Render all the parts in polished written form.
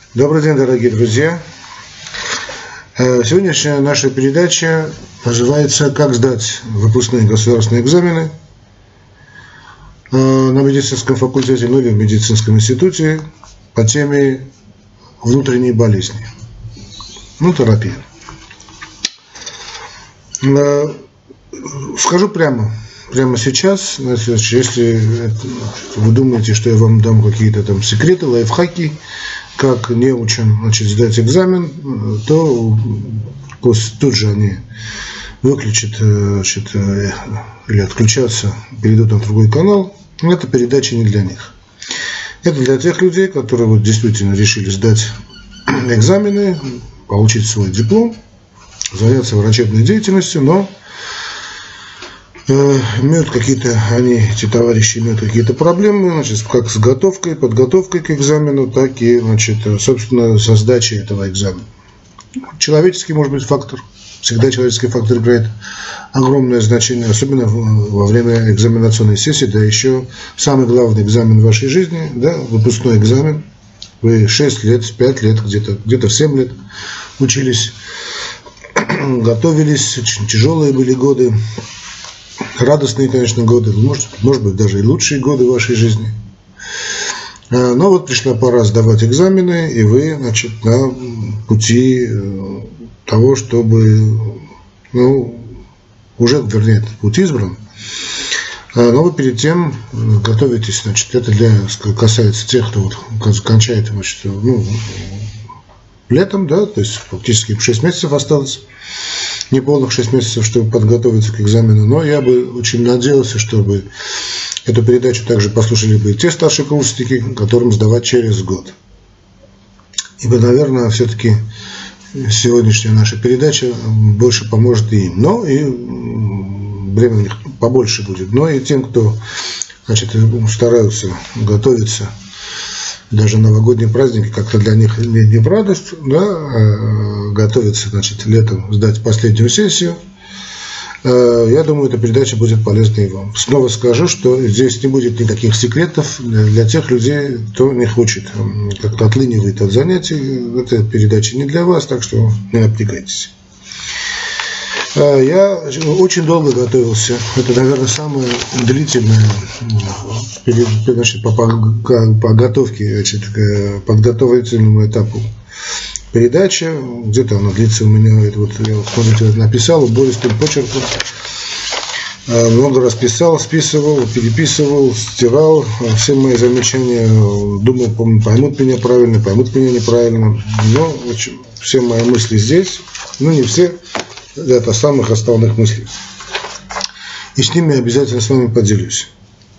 Добрый день, дорогие друзья. Сегодняшняя наша передача называется «Как сдать выпускные государственные экзамены» на медицинском факультете или в медицинском институте по теме внутренней болезни, терапия. Скажу прямо сейчас, если вы думаете, что я вам дам какие-то там секреты, лайфхаки, как неучим, сдать экзамен, то тут же они выключат, или отключатся, перейдут на другой канал. Эта передача не для них. Это для тех людей, которые действительно решили сдать экзамены, получить свой диплом, заняться врачебной деятельностью, но эти товарищи имеют какие-то проблемы, как с подготовкой к экзамену, так и, собственно, со сдачей этого экзамена. Человеческий, может быть, фактор. Всегда человеческий фактор играет огромное значение, особенно во время экзаменационной сессии, да еще самый главный экзамен в вашей жизни, да, выпускной экзамен. Вы 6 лет, 5 лет, где-то в 7 лет учились, готовились, очень тяжелые были годы. Радостные, конечно, годы, может быть, даже и лучшие годы в вашей жизни. Но пришла пора сдавать экзамены, и вы, на пути того, чтобы, этот путь избран. Но вы перед тем готовитесь, это касается тех, кто кончает, летом, да, то есть фактически 6 месяцев осталось. Неполных 6 месяцев, чтобы подготовиться к экзамену. Но я бы очень надеялся, чтобы эту передачу также послушали бы и те старшекурсники, которым сдавать через год. Ибо, наверное, все-таки сегодняшняя наша передача больше поможет и им. Но и время у них побольше будет. Но и тем, кто стараются готовиться. Даже новогодние праздники как-то для них не в радость, да, готовятся, летом сдать последнюю сессию. Я думаю, эта передача будет полезна и вам. Снова скажу, что здесь не будет никаких секретов для тех людей, кто не хочет, как-то отлынивает от занятий. Эта передача не для вас, так что не напрягайтесь. Я очень долго готовился. Это, наверное, самое длительное по готовке, к подготовительному этапу передача. Где-то она длится у меня, я написал убористым почерком. Много раз писал, списывал, переписывал, стирал. Все мои замечания, думал, поймут меня правильно, поймут меня неправильно. Но все мои мысли здесь, не все. Это самых основных мыслей. И с ними обязательно с вами поделюсь.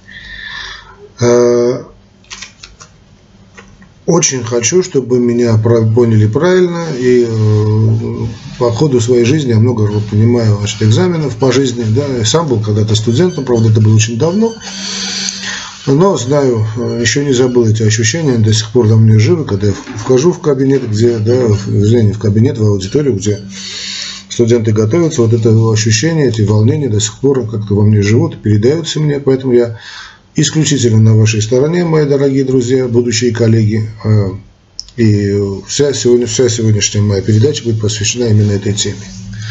Очень хочу, чтобы меня поняли правильно. И по ходу своей жизни я много принимаю экзаменов по жизни. Да. Я сам был когда-то студентом, правда, это было очень давно. Но знаю, еще не забыл эти ощущения, до сих пор во мне живы, когда я вхожу в кабинет, в аудиторию, где студенты готовятся, это ощущение, эти волнения до сих пор как-то во мне живут, передаются мне, поэтому я исключительно на вашей стороне, мои дорогие друзья, будущие коллеги, и вся сегодняшняя моя передача будет посвящена именно этой теме.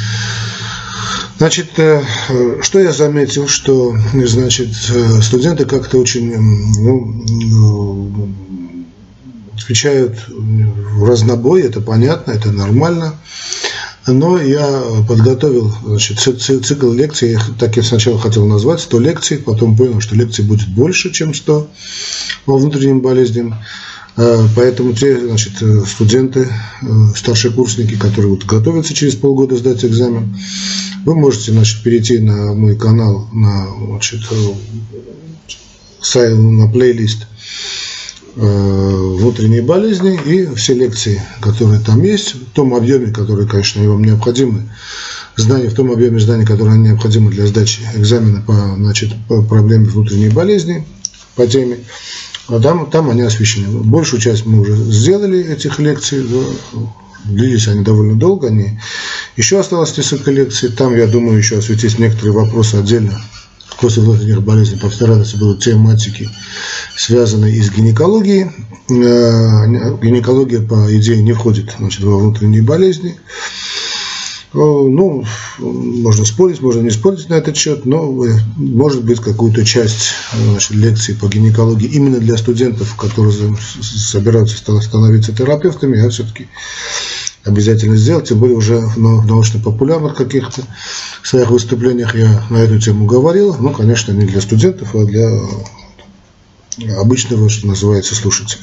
Что я заметил, что, студенты как-то очень, отвечают в разнобой, это понятно, это нормально. Но я подготовил цикл лекций, я сначала хотел назвать 100 лекций, потом понял, что лекций будет больше, чем 100 по внутренним болезням. Поэтому те студенты, старшекурсники, которые готовятся через полгода сдать экзамен, вы можете перейти на мой канал, на плейлист внутренние болезни, и все лекции, которые там есть, в том объеме, которые, конечно, вам необходимы, знания, в том объеме знаний, которые необходимы для сдачи экзамена по проблеме внутренней болезни, по теме, там они освещены. Большую часть мы уже сделали этих лекций, длились они довольно долго, еще осталось несколько лекций, там, я думаю, еще осветить некоторые вопросы отдельно после внутренних болезней постараться будут тематики, связанные и с гинекологией. Гинекология, по идее, не входит, значит, во внутренние болезни. Ну, можно спорить, можно не спорить на этот счет, но может быть какую-то часть, значит, лекций по гинекологии именно для студентов, которые собираются становиться терапевтами, я все-таки обязательно сделать, тем более уже в научно-популярных каких-то своих выступлениях я на эту тему говорил, ну, конечно, не для студентов, а для обычного, что называется, слушателя.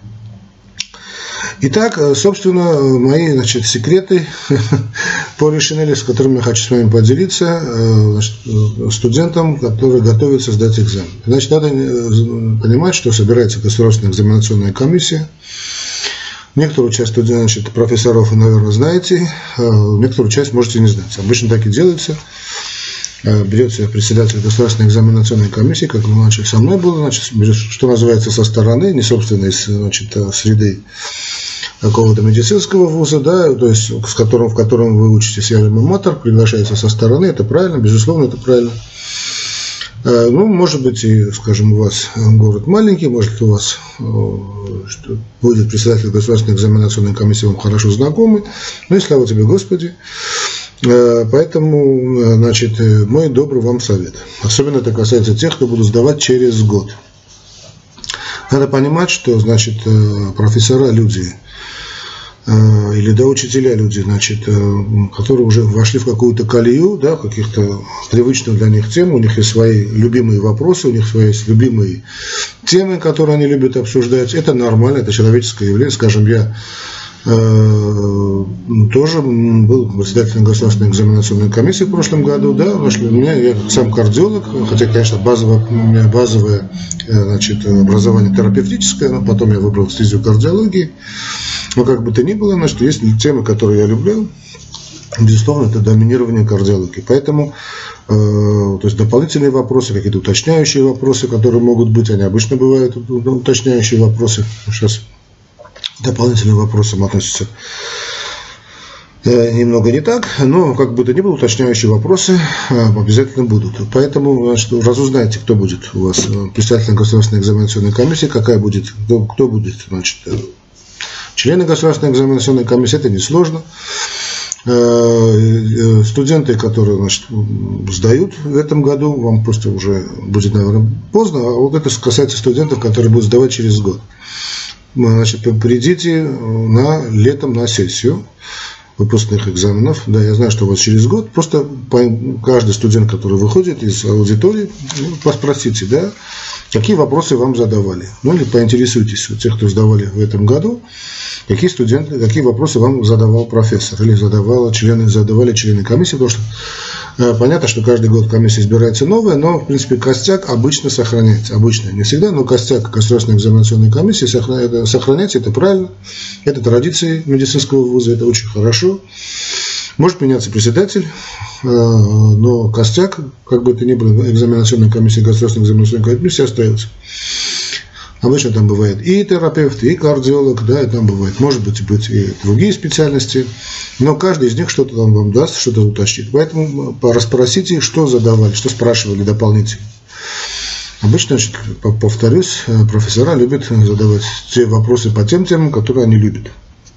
Итак, собственно, мои, значит, секреты по Полишинеля, с которыми я хочу с вами поделиться, значит, студентам, которые готовятся сдать экзамен. Значит, надо понимать, что собирается государственная экзаменационная комиссия. Некоторую часть студентов, значит, профессоров вы, наверное, знаете, некоторую часть можете не знать. Обычно так и делается. Берется председатель государственной экзаменационной комиссии, как значит, со мной было, значит, что называется, со стороны, не собственно из, значит, среды какого-то медицинского вуза, да, то есть в котором вы учитесь, я альма-матер, приглашается со стороны, это правильно, безусловно, это правильно. Ну, может быть, и, скажем, у вас город маленький, может, у вас будет председатель государственной экзаменационной комиссии вам хорошо знакомый, ну и слава тебе, Господи. Поэтому, значит, мой добрый вам совет. Особенно это касается тех, кто будут сдавать через год. Надо понимать, что, значит, профессора люди, или да, учителя люди, значит, которые уже вошли в какую-то колею, да, каких-то привычных для них тем, у них есть свои любимые вопросы, у них свои любимые темы, которые они любят обсуждать. Это нормально, это человеческое явление. Скажем, я тоже был председателем государственной экзаменационной комиссии в прошлом году, да, я сам кардиолог, хотя, конечно, у меня базовое, значит, образование терапевтическое, но потом я выбрал стезию кардиологии, но как бы то ни было, значит, есть темы, которые я люблю, безусловно, это доминирование кардиологии, поэтому, то есть дополнительные вопросы, какие-то уточняющие вопросы, которые могут быть, они обычно бывают уточняющие вопросы, сейчас дополнительным вопросам относятся немного не так, но как бы то ни было, уточняющие вопросы обязательно будут. Поэтому, значит, разузнайте, кто будет у вас председателем государственной экзаменационной комиссии, какая будет, кто будет, значит, члены государственной экзаменационной комиссии, это несложно. Студенты, которые, значит, сдают в этом году, вам просто уже будет, наверное, поздно, а вот это касается студентов, которые будут сдавать через год. Значит, придите летом на сессию выпускных экзаменов. Да, я знаю, что у вас через год. Просто каждый студент, который выходит из аудитории, спросите, да, какие вопросы вам задавали. Ну, или поинтересуйтесь у тех, кто сдавали в этом году, какие вопросы вам задавал профессор или задавали члены комиссии, потому что понятно, что каждый год комиссия избирается новая, но, в принципе, костяк обычно сохраняется. Обычно, не всегда, но костяк государственной экзаменационной комиссии сохраняется, это правильно. Это традиции медицинского вуза, это очень хорошо. Может меняться председатель, но костяк, как бы это ни было, экзаменационной комиссии, государственной экзаменационной комиссии остается. Обычно там бывает и терапевт, и кардиолог, да, и там бывает, может быть и другие специальности, но каждый из них что-то там вам даст, что-то уточнит. Поэтому расспросите, что задавали, что спрашивали дополнительно. Обычно, значит, повторюсь, профессора любят задавать те вопросы по тем темам, которые они любят.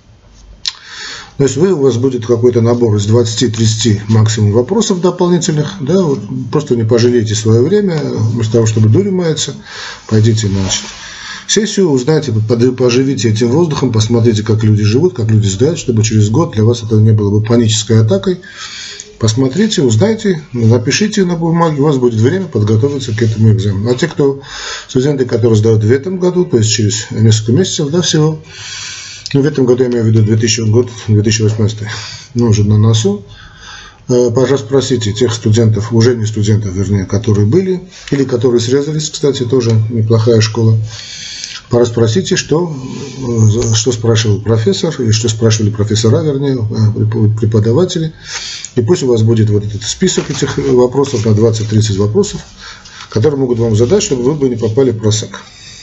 То есть у вас будет какой-то набор из 20-30 максимум вопросов дополнительных, да, вот, просто не пожалейте свое время, вместо того, чтобы дурью маяться, пойдите на сессию, узнайте, поживите этим воздухом, посмотрите, как люди живут, как люди сдают, чтобы через год для вас это не было бы панической атакой. Посмотрите, узнайте, напишите на бумаге, у вас будет время подготовиться к этому экзамену. А те, студенты, которые сдают в этом году, то есть через несколько месяцев, да, всего, в этом году, я имею в виду 2018, уже на носу, пожалуйста, спросите тех студентов, уже не студентов, вернее, которые были, или которые срезались, кстати, тоже неплохая школа, пораспросите, что спрашивал профессор, или что спрашивали профессора, вернее, преподаватели, и пусть у вас будет вот этот список этих вопросов, на 20-30 вопросов, которые могут вам задать, чтобы вы бы не попали в просак.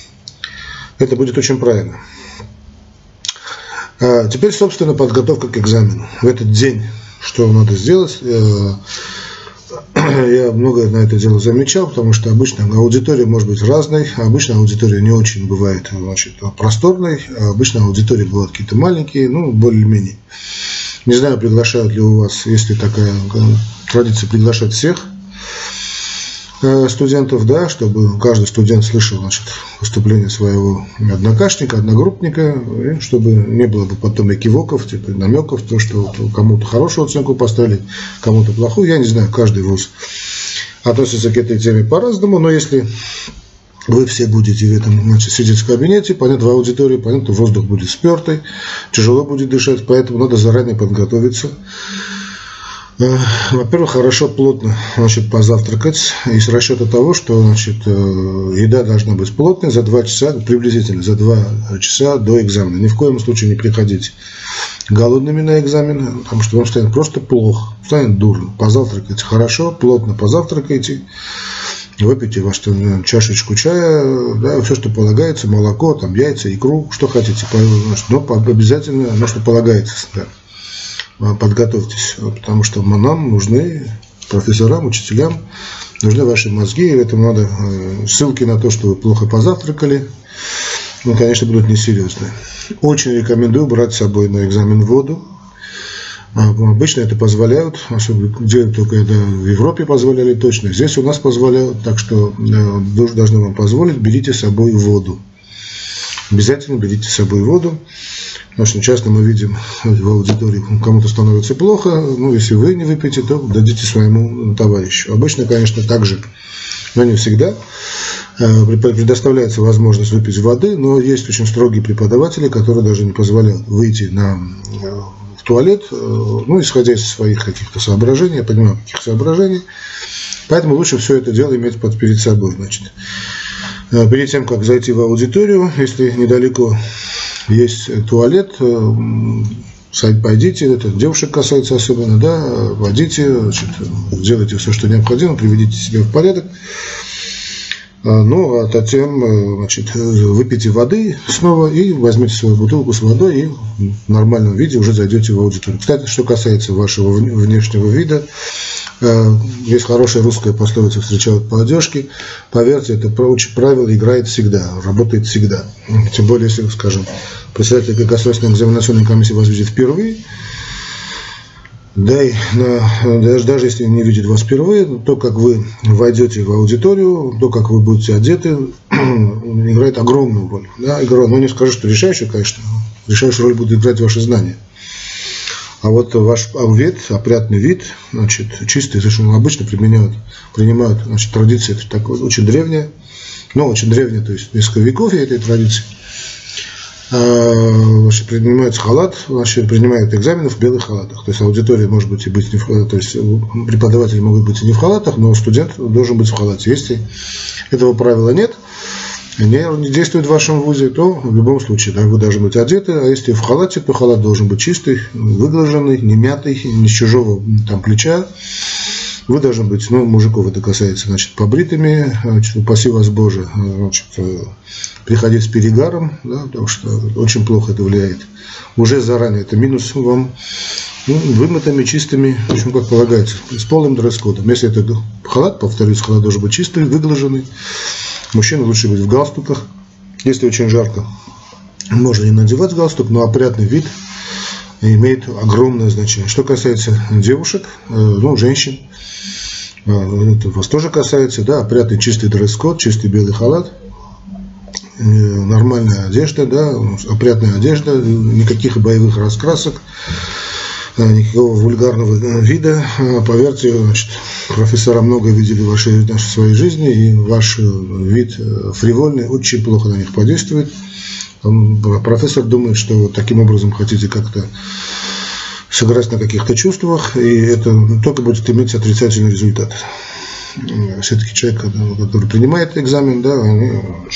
Это будет очень правильно. Теперь, собственно, подготовка к экзамену. В этот день что надо сделать? я много на это дело замечал, потому что обычно аудитория может быть разной, обычно аудитория не очень бывает, значит, просторной, а обычно аудитории бывают какие-то маленькие, ну, более-менее. Не знаю, приглашают ли у вас, есть ли такая традиция приглашать всех студентов, да, чтобы каждый студент слышал, значит, выступление своего однокашника, одногруппника, и чтобы не было бы потом экивоков, типа намеков, то, что вот кому-то хорошую оценку поставили, кому-то плохую. Я не знаю, каждый вуз относится к этой теме по-разному, но если вы все будете в этом, значит, сидеть в кабинете, понятно, в аудитории, понятно, воздух будет спертый, тяжело будет дышать, поэтому надо заранее подготовиться. Во-первых, хорошо плотно, значит, позавтракать, и с расчета того, что, значит, еда должна быть плотной за 2 часа, приблизительно за 2 часа до экзамена. Ни в коем случае не приходите голодными на экзамен, потому что вам станет просто плохо, станет дурно. Позавтракайте хорошо, плотно позавтракайте, выпейте вашу чашечку чая, да, все, что полагается, молоко, там, яйца, икру, что хотите, но обязательно, ну, что полагается, да. Подготовьтесь, потому что нам нужны, профессорам, учителям, нужны ваши мозги, и этому надо ссылки на то, что вы плохо позавтракали, ну, конечно, будут несерьезные. Очень рекомендую брать с собой на экзамен воду. Обычно это позволяют, особенно где только это в Европе позволяли точно, здесь у нас позволяют, так что должны вам позволить, берите с собой воду. Обязательно берите с собой воду. Очень часто мы видим в аудитории, кому-то становится плохо, ну, если вы не выпьете, то дадите своему товарищу. Обычно, конечно, так же, но не всегда. Предоставляется возможность выпить воды, но есть очень строгие преподаватели, которые даже не позволяют выйти в туалет, ну, исходя из своих каких-то соображений, я понимаю, каких соображений, поэтому лучше все это дело иметь перед собой, значит. Перед тем, как зайти в аудиторию, если недалеко есть туалет, пойдите, это девушек касается особенно, да, пойдите, значит, сделайте все, что необходимо, приведите себя в порядок, ну, а затем, значит, выпейте воды снова и возьмите свою бутылку с водой и в нормальном виде уже зайдете в аудиторию. Кстати, что касается вашего внешнего вида, есть хорошая русская пословица «встречают по одежке». Поверьте, это правило играет всегда, работает всегда. Тем более, если, скажем, председатель государственной экзаменационной комиссии вас видит впервые, да, и даже если не видит вас впервые, то, как вы войдете в аудиторию, то, как вы будете одеты, играет огромную роль. Да, но не скажу, что решающую, конечно, решающую роль будет играть ваши знания. А вот ваш вид, опрятный вид, значит, чистый, совершенно обычно принимают, значит, традиция это такая очень древняя, но очень древняя, то есть несколько веков этой традиции. Значит, принимается халат, значит, принимают экзамены в белых халатах. То есть аудитория может быть и быть не в халатах, то есть преподаватели могут быть и не в халатах, но студент должен быть в халате. Если этого правила нет, не действует в вашем вузе, то в любом случае, да, вы должны быть одеты, а если в халате, то халат должен быть чистый, выглаженный, не мятый, не с чужого там плеча. Вы должны быть, ну, мужиков это касается, значит, побритыми, значит, упаси вас Боже, значит, приходить с перегаром, да, потому что очень плохо это влияет. Уже заранее это минус вам, ну, вымытыми, чистыми, в общем, как полагается, с полным дресс-кодом. Если это халат, повторюсь, халат должен быть чистый, выглаженный. Мужчина лучше быть в галстуках. Если очень жарко, можно не надевать галстук, но опрятный вид имеет огромное значение. Что касается девушек, ну, женщин, это вас тоже касается, да, опрятный чистый дресс-код, чистый белый халат, нормальная одежда, да, опрятная одежда, никаких боевых раскрасок, никакого вульгарного вида. Поверьте, значит, профессора много видели в своей жизни, и ваш вид фривольный очень плохо на них подействует. Профессор думает, что таким образом хотите как-то сыграть на каких-то чувствах, и это только будет иметь отрицательный результат. Все-таки человек, который принимает экзамен, да, они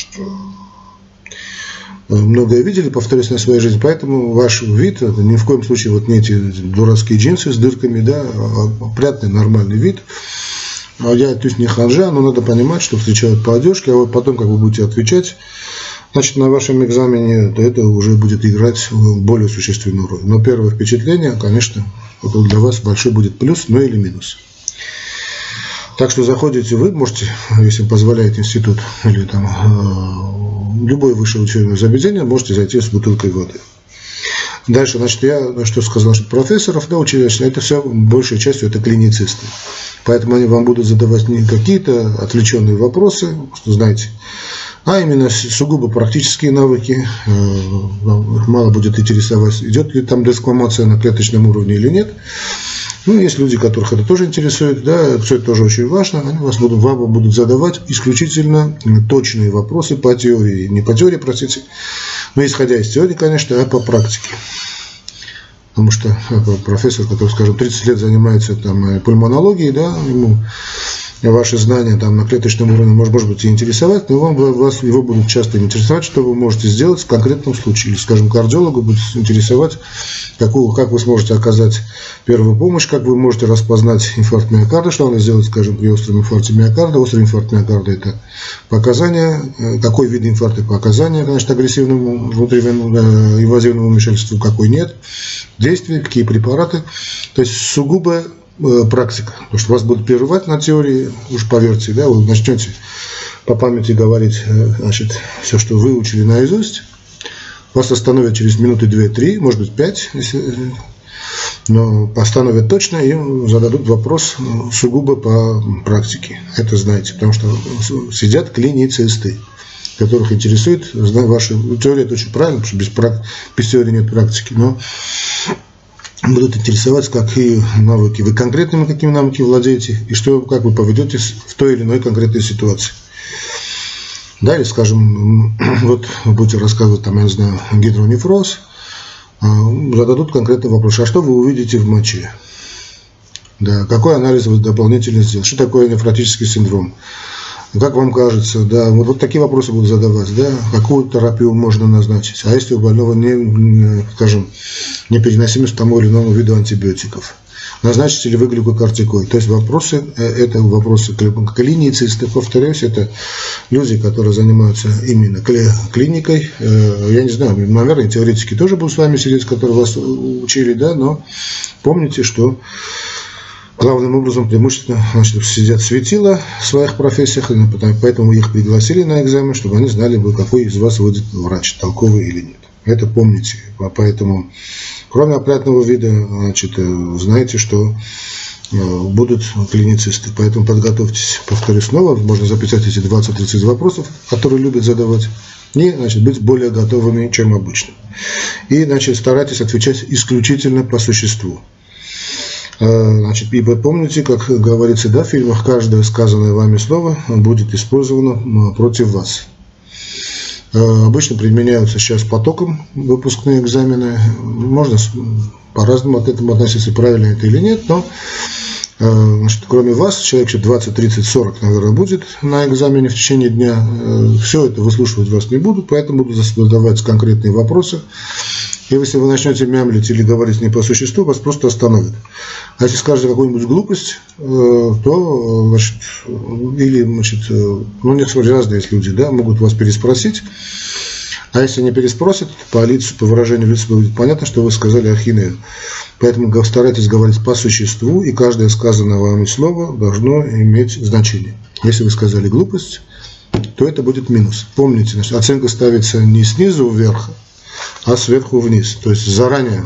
многое видели, повторюсь, на своей жизни, поэтому ваш вид, это ни в коем случае вот не эти дурацкие джинсы с дырками, да, а опрятный, нормальный вид. Я, то есть, не ханжа, но надо понимать, что встречают по одежке, а вот потом, как вы будете отвечать, значит, на вашем экзамене, то это уже будет играть более существенную роль. Но первое впечатление, конечно, это для вас большой будет плюс, но или минус. Так что заходите вы, можете, если позволяет институт или там любое высшее учебное заведение, можете зайти с бутылкой воды. Дальше, значит, я что сказал, что профессоров, да, училища, это все, большей частью, это клиницисты. Поэтому они вам будут задавать не какие-то отвлеченные вопросы, что знаете, а именно сугубо практические навыки. Мало будет интересовать, идет ли там дескламация на клеточном уровне или нет. Ну, есть люди, которых это тоже интересует, да, все это тоже очень важно. Они вам будут задавать исключительно точные вопросы по теории. Не по теории, простите, но исходя из теории, конечно, а по практике. Потому что профессор, который, скажем, 30 лет занимается там пульмонологией, да, ему ваши знания там на клеточном уровне может быть и интересовать, но вас его будут часто интересовать, что вы можете сделать в конкретном случае. Или, скажем, кардиологу будет интересовать, как вы сможете оказать первую помощь, как вы можете распознать инфаркт миокарда, что надо сделать, скажем, при остром инфаркте миокарда. Острый инфаркт миокарда – это показания, какой вид инфаркта показания, конечно, агрессивному внутривенному инвазивному вмешательству, какой нет, действия, какие препараты. То есть сугубо практика. Потому что вас будут прерывать на теории, уж поверьте, да, вы начнете по памяти говорить, значит, все, что вы учили наизусть. Вас остановят через минуты 2-3, может быть 5, но остановят точно и зададут вопрос сугубо по практике. Это знаете, потому что сидят клиницисты, которых интересует ваша теория. Это очень правильно, потому что без теории нет практики, но будут интересовать, какие навыки вы конкретными, какими навыками владеете, и что, как вы поведетесь в той или иной конкретной ситуации. Да, или, скажем, вот будете рассказывать, там, я не знаю, гидронефроз, зададут конкретный вопрос: а что вы увидите в моче? Да, какой анализ вы дополнительно сделаете? Что такое нефротический синдром? Как вам кажется, да, вот такие вопросы будут задавать, да, какую терапию можно назначить, а если у больного скажем, непереносимость к тому или иному виду антибиотиков, назначите ли вы глюкокортикоид? То есть вопросы, это вопросы клиницистов, повторяюсь, это люди, которые занимаются именно клиникой. Я не знаю, наверное, теоретики тоже будут с вами сидеть, которые вас учили, да, но помните, что главным образом преимущественно, значит, сидят светила в своих профессиях, поэтому их пригласили на экзамен, чтобы они знали, какой из вас выйдет врач, толковый или нет. Это помните. Поэтому, кроме опрятного вида, значит, знаете, что будут клиницисты. Поэтому подготовьтесь, повторю снова, можно записать эти 20-30 вопросов, которые любят задавать, и, значит, быть более готовыми, чем обычно. И, значит, старайтесь отвечать исключительно по существу. Значит, и помните, как говорится, да, в фильмах, каждое сказанное вами слово будет использовано против вас. Обычно применяются сейчас потоком выпускные экзамены. Можно по-разному к этому относиться, правильно это или нет, но, значит, кроме вас, человек 20, 30, 40, наверное, будет на экзамене в течение дня. Все это выслушивать вас не будут, поэтому будут задавать конкретные вопросы. И если вы начнете мямлить или говорить не по существу, вас просто остановят. А если скажете какую-нибудь глупость, то, значит, или, значит, ну, некоторые разные есть люди, да, могут вас переспросить. А если не переспросят, по лицу, по выражению лица будет понятно, что вы сказали ахинею. Поэтому старайтесь говорить по существу, и каждое сказанное вами слово должно иметь значение. Если вы сказали глупость, то это будет минус. Помните, значит, оценка ставится не снизу вверх, а сверху вниз. То есть заранее.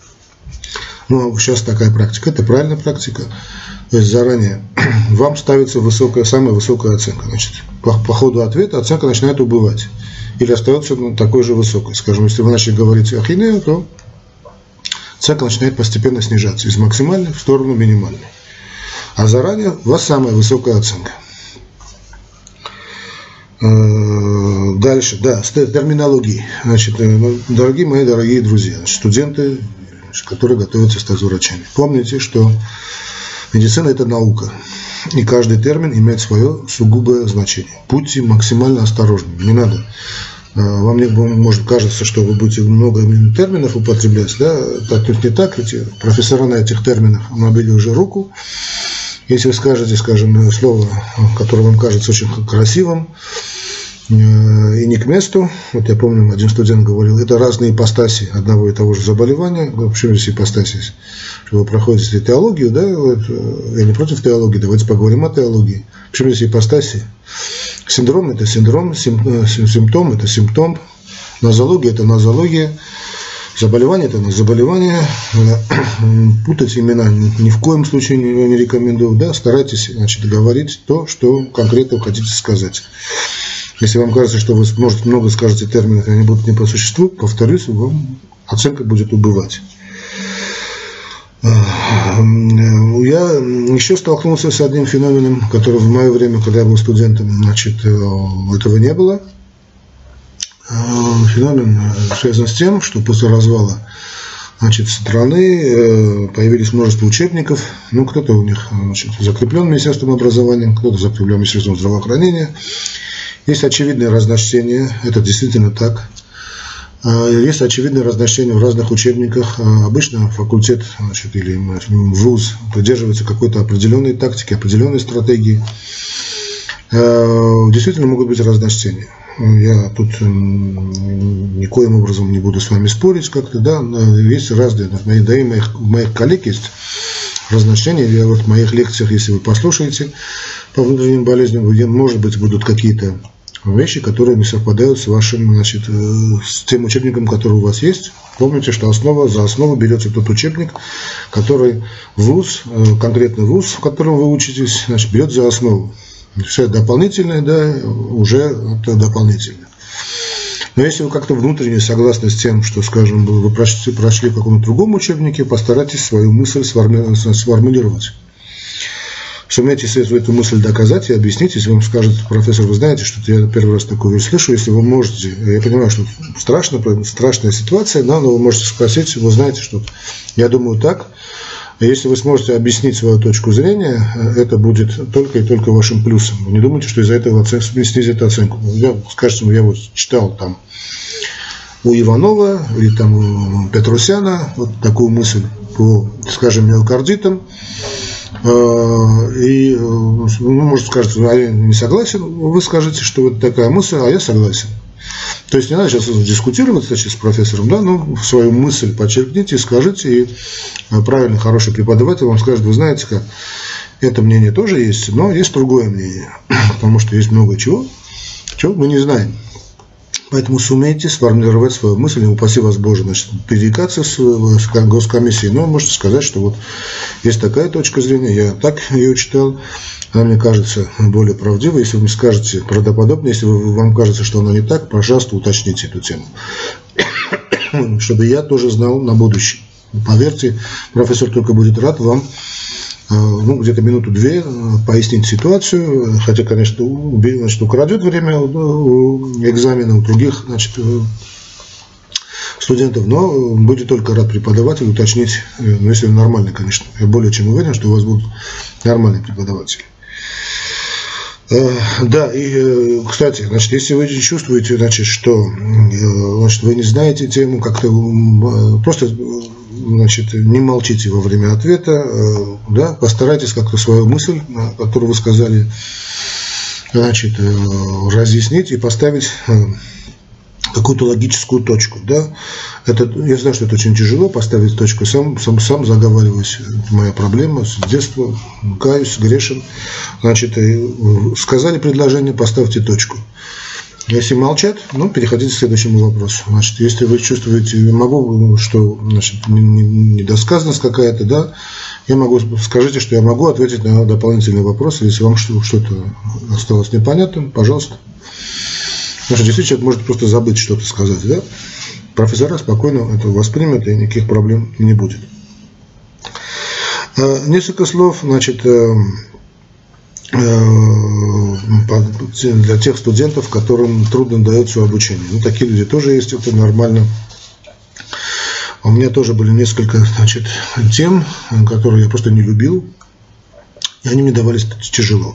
Ну, сейчас такая практика. Это правильная практика. То есть заранее вам ставится самая высокая оценка. Значит, по ходу ответа оценка начинает убывать. Или остается такой же высокой. Скажем, если вы начали говорить ахинею, то оценка начинает постепенно снижаться. Из максимальной в сторону минимальной. А заранее у вас самая высокая оценка. Дальше, да, с терминологией. Значит, дорогие мои дорогие друзья, студенты, которые готовятся стать врачами. Помните, что медицина – это наука. И каждый термин имеет свое сугубое значение. Будьте максимально осторожны. Не надо. Вам может кажется, что вы будете много терминов употреблять. Да? Это не так. Эти профессора на этих терминах набили уже руку. Если вы скажете, скажем, слово, которое вам кажется очень красивым, и не к месту. Вот я помню, один студент говорил, это разные ипостаси одного и того же заболевания. Почему здесь ипостаси? Что вы проходите теологию, да? Вот, я не против теологии, давайте поговорим о теологии. Почему здесь ипостаси? Синдром – это синдром, симптом – это симптом, нозология – это нозология, заболевание – это заболевание. Путать имена ни в коем случае не рекомендую. Да? Старайтесь, значит, говорить то, что конкретно хотите сказать. Если вам кажется, что вы, может, много скажете терминов, и они будут не по существу, повторюсь, вам оценка будет убывать. Я еще столкнулся с одним феноменом, который в мое время, когда я был студентом, значит, этого не было. Феномен связан с тем, что после развала, значит, страны появились множество учебников. Ну, кто-то у них, значит, закреплен Министерством образования, кто-то закреплен Министерством здравоохранения. Есть очевидное разночтение, это действительно так. Есть очевидное разночтение в разных учебниках. Обычно факультет, значит, или вуз придерживается какой-то определенной тактики, определенной стратегии. Действительно могут быть разночтения. Я тут никоим образом не буду с вами спорить как-то, да, есть разные, да и моих коллег есть разночтения. Я вот в моих лекциях, если вы послушаете по внутренним болезням, может быть, будут какие-то вещи, которые не совпадают с вашим, значит, с тем учебником, который у вас есть. Помните, что за основу берется тот учебник, который вуз, конкретный вуз, в котором вы учитесь, значит, берет за основу. Все дополнительное, да, уже это дополнительно. Но если вы как-то внутренне согласны с тем, что, скажем, вы прочли в каком-то другом учебнике, постарайтесь свою мысль сформулировать. Сумеете эту мысль доказать и объяснить, если вам скажет профессор, вы знаете, что я первый раз такую вещь слышу, если вы можете, я понимаю, что страшная ситуация, да, но вы можете спросить, вы знаете, что я думаю так, если вы сможете объяснить свою точку зрения, это будет только и только вашим плюсом. Вы не думайте, что из-за этого снизит оценку. Скажем, я вот читал там у Иванова или там у Петросяна вот такую мысль по, скажем, миокардитам, и может скажет, а я не согласен, вы скажете, что вот такая мысль, а я согласен. То есть не надо сейчас дискутировать, значит, с профессором, да, но свою мысль подчеркните, скажите, и правильный, хороший преподаватель вам скажет, вы знаете, как это мнение тоже есть, но есть другое мнение, потому что есть много чего мы не знаем. Поэтому сумейте сформулировать свою мысль, не упаси вас Боже, значит, пререкаться с госкомиссией, но можете сказать, что вот есть такая точка зрения, я так ее читал, она мне кажется более правдивой. Если вы мне скажете правдоподобнее, если вам кажется, что она не так, пожалуйста, уточните эту тему, чтобы я тоже знал на будущее. Поверьте, профессор только будет рад вам где-то минуту-две пояснить ситуацию, хотя, конечно, украдет время экзамена у других, значит, студентов, но будет только рад преподаватель уточнить, ну, если он нормальный, конечно. Я более чем уверен, что у вас будут нормальные преподаватели. Да, и, кстати, значит, если вы чувствуете, значит, что вы не знаете тему, как-то просто, значит, не молчите во время ответа, да, постарайтесь как-то свою мысль, которую вы сказали, значит, разъяснить и поставить какую-то логическую точку, да. Это, я знаю, что это очень тяжело поставить точку, сам заговариваюсь, это моя проблема с детства, каюсь, грешен. Значит, сказали предложение, поставьте точку. Если молчат, переходите к следующему вопросу. Значит, если вы чувствуете, что, значит, недосказанность какая-то, да, скажите, что я могу ответить на дополнительный вопрос, если вам что-то осталось непонятным, пожалуйста. Потому что действительно человек может просто забыть что-то сказать, да? Профессора спокойно это воспримут, и никаких проблем не будет. Несколько слов, значит, для тех студентов, которым трудно дается обучение. Такие люди тоже есть, это нормально. У меня тоже были несколько, значит, тем, которые я просто не любил, и они мне давались тяжело.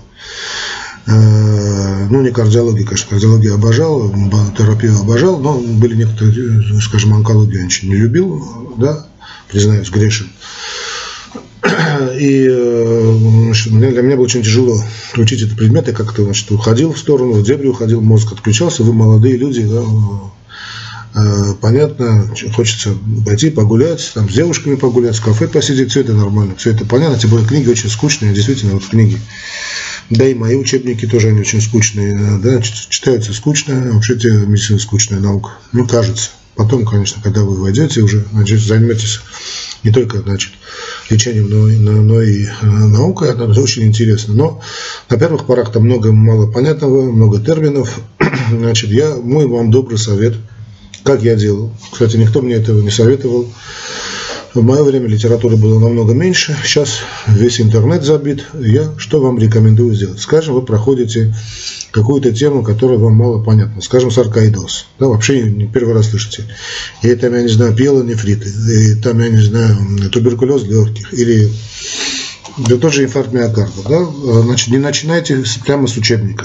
Не кардиологию, конечно, кардиологию обожал, терапию обожал, но были некоторые, скажем, онкологию я очень не любил, да, признаюсь, грешен. И для меня было очень тяжело учить этот предмет. Я как-то, значит, уходил в сторону, в дебри уходил, мозг отключался. Вы молодые люди, да, понятно, хочется пойти погулять, там, с девушками погулять, в кафе посидеть, все это нормально, все это понятно. Тем более книги очень скучные, действительно, вот книги. Да и мои учебники тоже, они очень скучные, да, читаются скучно, вообще медицина скучная наука, ну, кажется. Потом, конечно, когда вы войдете, уже, значит, займетесь не только, значит, лечением, но и наукой, это очень интересно. Но на первых порах там много мало понятного, много терминов. Значит, мой вам добрый совет, как я делал. Кстати, никто мне этого не советовал. В мое время литературы было намного меньше, сейчас весь интернет забит. Я что вам рекомендую сделать? Скажем, вы проходите какую-то тему, которая вам мало понятна. Скажем, саркоидоз. Да, вообще не первый раз слышите. И там, я не знаю, пиелонефриты, и там, я не знаю, туберкулез легких, или да, тот же инфаркт миокарда. Да? Значит, не начинайте прямо с учебника.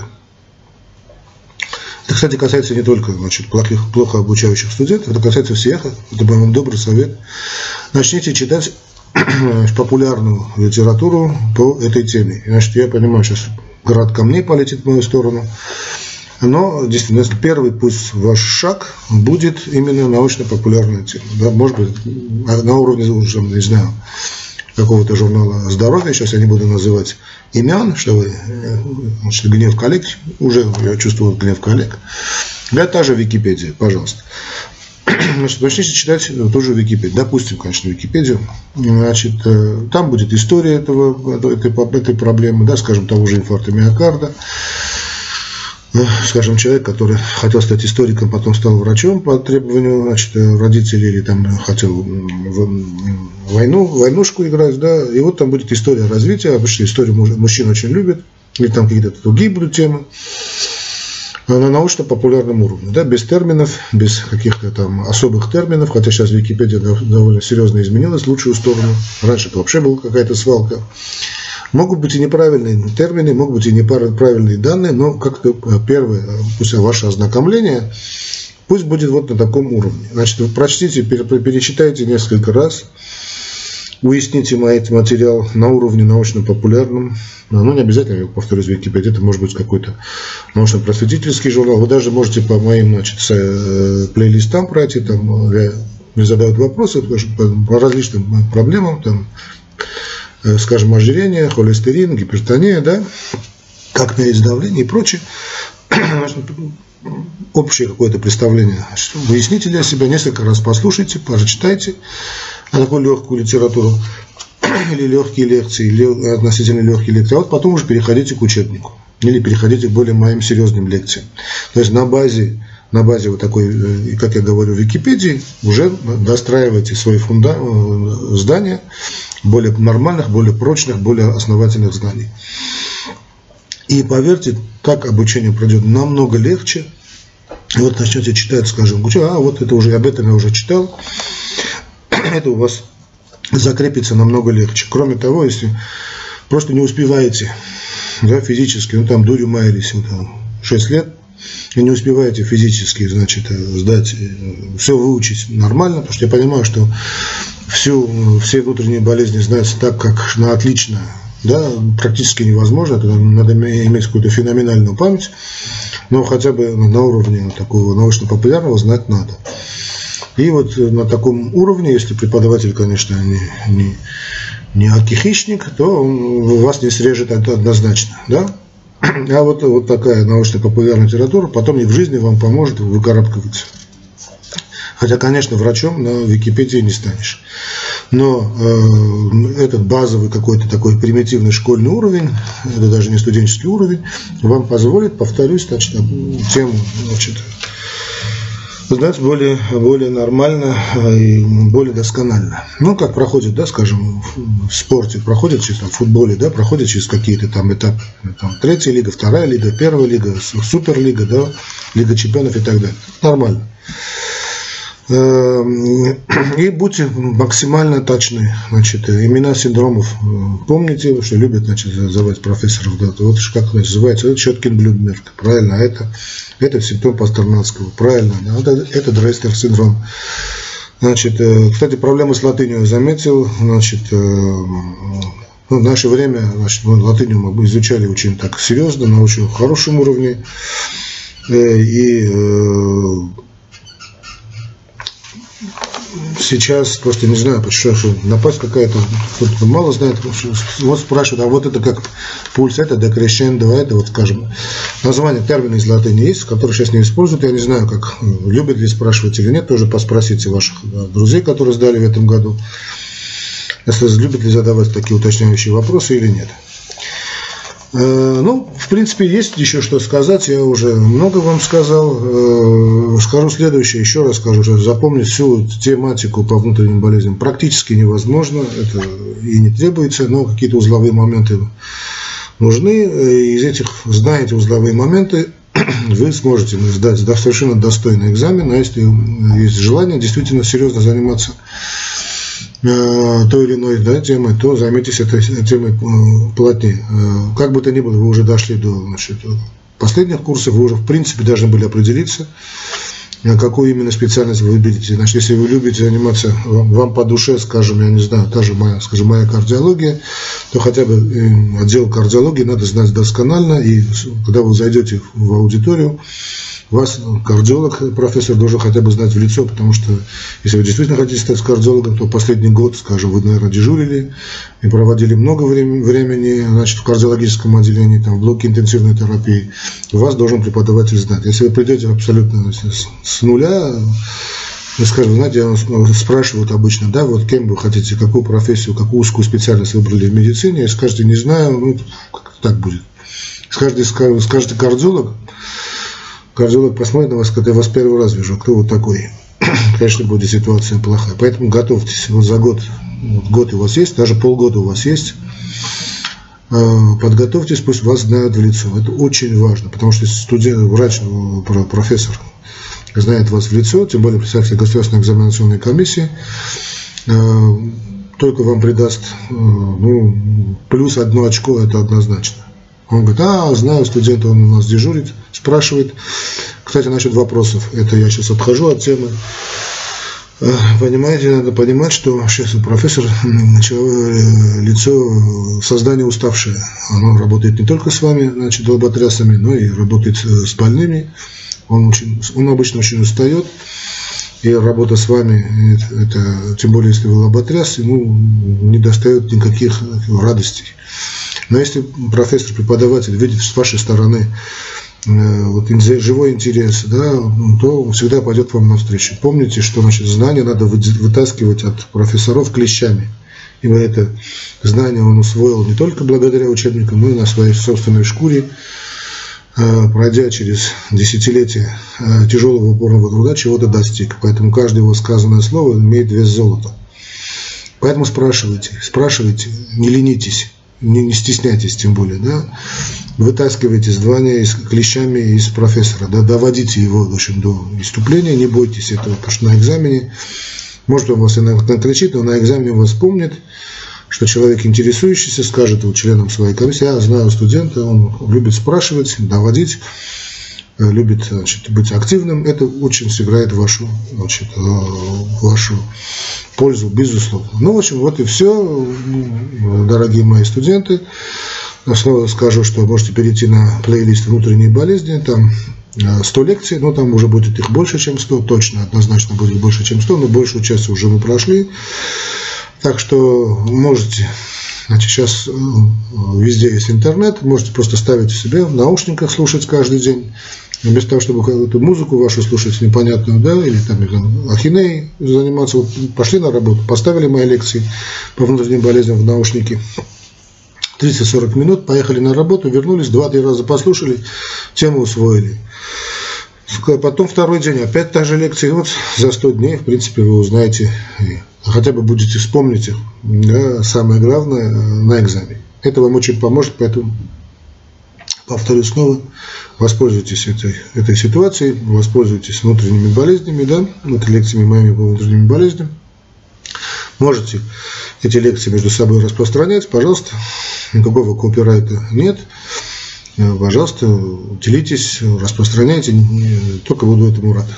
Это, кстати, касается не только, значит, плохо обучающих студентов, это касается всех. Это вам добрый совет. Начните читать популярную литературу по этой теме. Значит, я понимаю, сейчас град камней полетит в мою сторону. Но, действительно, первый пусть ваш шаг будет именно научно-популярная тема. Да, может быть, на уровне, уже, не знаю, какого-то журнала здоровья, сейчас я не буду называть имен, что вы, значит, гнев коллег, уже я чувствую гнев коллег. Да, та же Википедия, пожалуйста. Значит, начните читать ту же Википедию, допустим, конечно, Википедию. Значит, там будет история этой проблемы, да, скажем, того же инфаркта миокарда. Скажем, человек, который хотел стать историком, потом стал врачом по требованию, значит, родителей, или там хотел войнушку играть, да, и вот там будет история развития, обычно историю мужчин очень любят, или там какие-то другие будут темы, на научно-популярном уровне, да, без терминов, без каких-то там особых терминов, хотя сейчас Википедия довольно серьезно изменилась в лучшую сторону, раньше это вообще была какая-то свалка. Могут быть и неправильные термины, могут быть и неправильные данные, но как-то первое, пусть ваше ознакомление, пусть будет вот на таком уровне. Значит, вы прочтите, перечитайте несколько раз, уясните этот материал на уровне научно-популярном. Ну, не обязательно, я повторюсь, Википедия, это может быть какой-то научно-просветительский журнал. Вы даже можете по моим, значит, плейлистам пройти, там мне задают вопросы по различным проблемам, там, скажем, ожирение, холестерин, гипертония, да, как мерить давление и прочее. Общее какое-то представление. Выясните для себя, несколько раз послушайте, прочитайте такую легкую литературу или легкие лекции, или относительно легкие лекции, а вот потом уже переходите к учебнику или переходите к более моим серьезным лекциям. То есть на базе вот такой, как я говорю, Википедии уже достраивайте свои здания более нормальных, более прочных, более основательных знаний. И поверьте, так обучение пройдет намного легче. И вот начнете читать, скажем, вот это уже, об этом я уже читал, это у вас закрепится намного легче. Кроме того, если просто не успеваете, да, физически, ну там дурью маялись, 6 лет, и не успеваете физически, значит, сдать, все выучить нормально, потому что я понимаю, что все внутренние болезни знать так, как на отлично, да, практически невозможно, это надо иметь какую-то феноменальную память, но хотя бы на уровне такого научно-популярного знать надо. И вот на таком уровне, если преподаватель, конечно, не алкихищник, то он вас не срежет однозначно, да? А вот такая научно-популярная литература потом и в жизни вам поможет выкарабкиваться. Хотя, конечно, врачом на Википедии не станешь. Но этот базовый какой-то такой примитивный школьный уровень, это даже не студенческий уровень, вам позволит, повторюсь, значит, тему, значит, знать более нормально и более досконально. Ну, как проходит, да, скажем, в спорте, проходит через, в футболе, да, проходит через какие-то там этапы, там, 3-я лига, 2-я лига, 1-я лига, суперлига, да, Лига чемпионов и так далее. Нормально. И будьте максимально точны. Значит, имена синдромов помните, что любят, значит, называть профессоров. Да, вот как называется, это Щеткин-Блюмберг. Правильно, это симптом Пастернацкого. Правильно, да, это Дрейслер синдром. Значит, кстати, проблемы с латынью я заметил. Значит, в наше время, значит, латынью мы изучали очень так серьезно, на очень хорошем уровне. И сейчас просто не знаю, почему напасть какая-то, кто-то мало знает, вот спрашивают, а вот это как пульс, это декрещендо, это вот, скажем, название термина из латыни есть, который сейчас не используют, я не знаю, как любят ли спрашивать или нет, тоже поспросите ваших друзей, которые сдали в этом году, если любят ли задавать такие уточняющие вопросы или нет. Ну, в принципе, есть еще что сказать, я уже много вам сказал. Скажу следующее, еще раз скажу, что запомнить всю тематику по внутренним болезням практически невозможно, это и не требуется, но какие-то узловые моменты нужны. Из этих, знаете, узловые моменты, вы сможете сдать совершенно достойный экзамен, а если есть желание действительно серьезно заниматься той или иной, да, темой, то займитесь этой темой плотнее. Как бы то ни было, вы уже дошли до, значит, последних курсов, вы уже в принципе должны были определиться, какую именно специальность вы выберете. Значит, если вы любите заниматься, вам по душе, скажем, я не знаю, та же моя, скажем, моя кардиология, то хотя бы отдел кардиологии надо знать досконально, и когда вы зайдете в аудиторию, вас кардиолог, профессор, должен хотя бы знать в лицо, потому что если вы действительно хотите стать кардиологом, то последний год, скажем, вы, наверное, дежурили и проводили много времени, значит, в кардиологическом отделении, там, в блоке интенсивной терапии, вас должен преподаватель знать. Если вы придете абсолютно с нуля, скажем, знаете, спрашивают обычно, да, вот кем вы хотите, какую профессию, какую узкую специальность выбрали в медицине, и скажете, не знаю, ну, как так будет. Скажете кардиолог посмотрит на вас, когда я вас первый раз вижу, кто вы такой. Конечно, будет ситуация плохая. Поэтому готовьтесь. Вот за год у вас есть, даже полгода у вас есть. Подготовьтесь, пусть вас знают в лицо. Это очень важно, потому что студент, врач, профессор знает вас в лицо, тем более представитель государственной экзаменационной комиссии, только вам придаст плюс 1 очко, это однозначно. Он говорит, знаю студента, он у нас дежурит, спрашивает. Кстати, насчет вопросов, это я сейчас отхожу от темы. Понимаете, надо понимать, что сейчас профессор, лицо, создание уставшее. Оно работает не только с вами, значит, лоботрясами, но и работает с больными. Он обычно очень устает. И работа с вами, это, тем более, если вы лоботряс, ему не достает никаких радостей. Но если профессор, преподаватель видит с вашей стороны живой интерес, да, то он всегда пойдет вам навстречу. Помните, что, значит, знания надо вытаскивать от профессоров клещами. Ибо это знание он усвоил не только благодаря учебникам, но и на своей собственной шкуре, пройдя через десятилетия тяжелого упорного труда, чего-то достиг. Поэтому каждое его сказанное слово имеет вес золота. Поэтому спрашивайте, не ленитесь. Не стесняйтесь, тем более, да, вытаскивайте знания клещами из профессора, да, доводите его, в общем, до иступления, не бойтесь этого, потому что на экзамене, может, он вас и накричит, но на экзамене он вас помнит, что человек, интересующийся, скажет членам своей комиссии, я знаю студента, он любит спрашивать, доводить, любит, значит, быть активным, это очень сыграет в вашу пользу, безусловно. Ну, в общем, вот и все, дорогие мои студенты. Снова скажу, что можете перейти на плейлист «Внутренние болезни», там 100 лекций, но там уже будет их больше, чем 100, точно, однозначно будет больше, чем 100, но большую часть уже мы прошли. Так что можете, значит, сейчас везде есть интернет, можете просто ставить себе в наушниках, слушать каждый день. Вместо того, чтобы какую-то музыку вашу слушать непонятную, да, или там ахинеей заниматься, вот пошли на работу, поставили мои лекции по внутренним болезням в наушники, 30-40 минут, поехали на работу, вернулись, 2-3 раза послушали, тему усвоили. Потом второй день, опять та же лекция, и вот за 100 дней, в принципе, вы узнаете, хотя бы будете вспомнить, да, самое главное на экзамене. Это вам очень поможет, поэтому повторю снова, воспользуйтесь этой ситуацией, воспользуйтесь внутренними болезнями, да, лекциями моими по внутренним болезням. Можете эти лекции между собой распространять, пожалуйста, никакого копирайта нет. Пожалуйста, делитесь, распространяйте, только буду этому рад.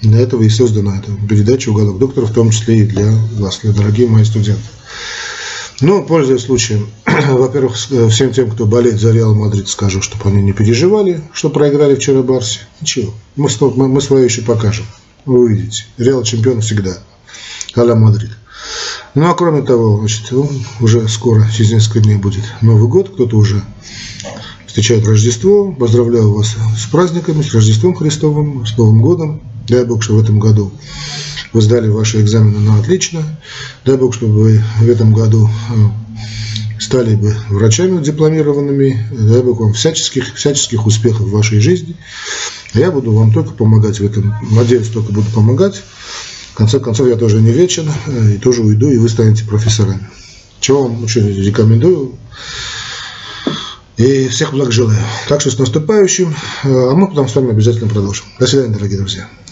Для этого и создана эта передача «Уголок доктора», в том числе и для вас, дорогие мои студенты. Но, пользуясь случаем, во-первых, всем тем, кто болеет за Реал Мадрид, скажу, чтобы они не переживали, что проиграли вчера Барсе. Ничего, мы свое еще покажем. Вы увидите. Реал чемпион всегда. А-ля Мадрид. Ну, а кроме того, значит, уже скоро, через несколько дней будет Новый год. Кто-то уже встречает Рождество. Поздравляю вас с праздниками, с Рождеством Христовым, с Новым годом. Дай Бог, что в этом году вы сдали ваши экзамены на отлично. Дай Бог, чтобы вы в этом году стали бы врачами дипломированными. Дай Бог вам всяческих успехов в вашей жизни. Я буду вам только помогать в этом. Надеюсь, только буду помогать. В конце концов, я тоже не вечен. И тоже уйду, и вы станете профессорами. Чего вам очень рекомендую. И всех благ желаю. Так что с наступающим. А мы потом с вами обязательно продолжим. До свидания, дорогие друзья.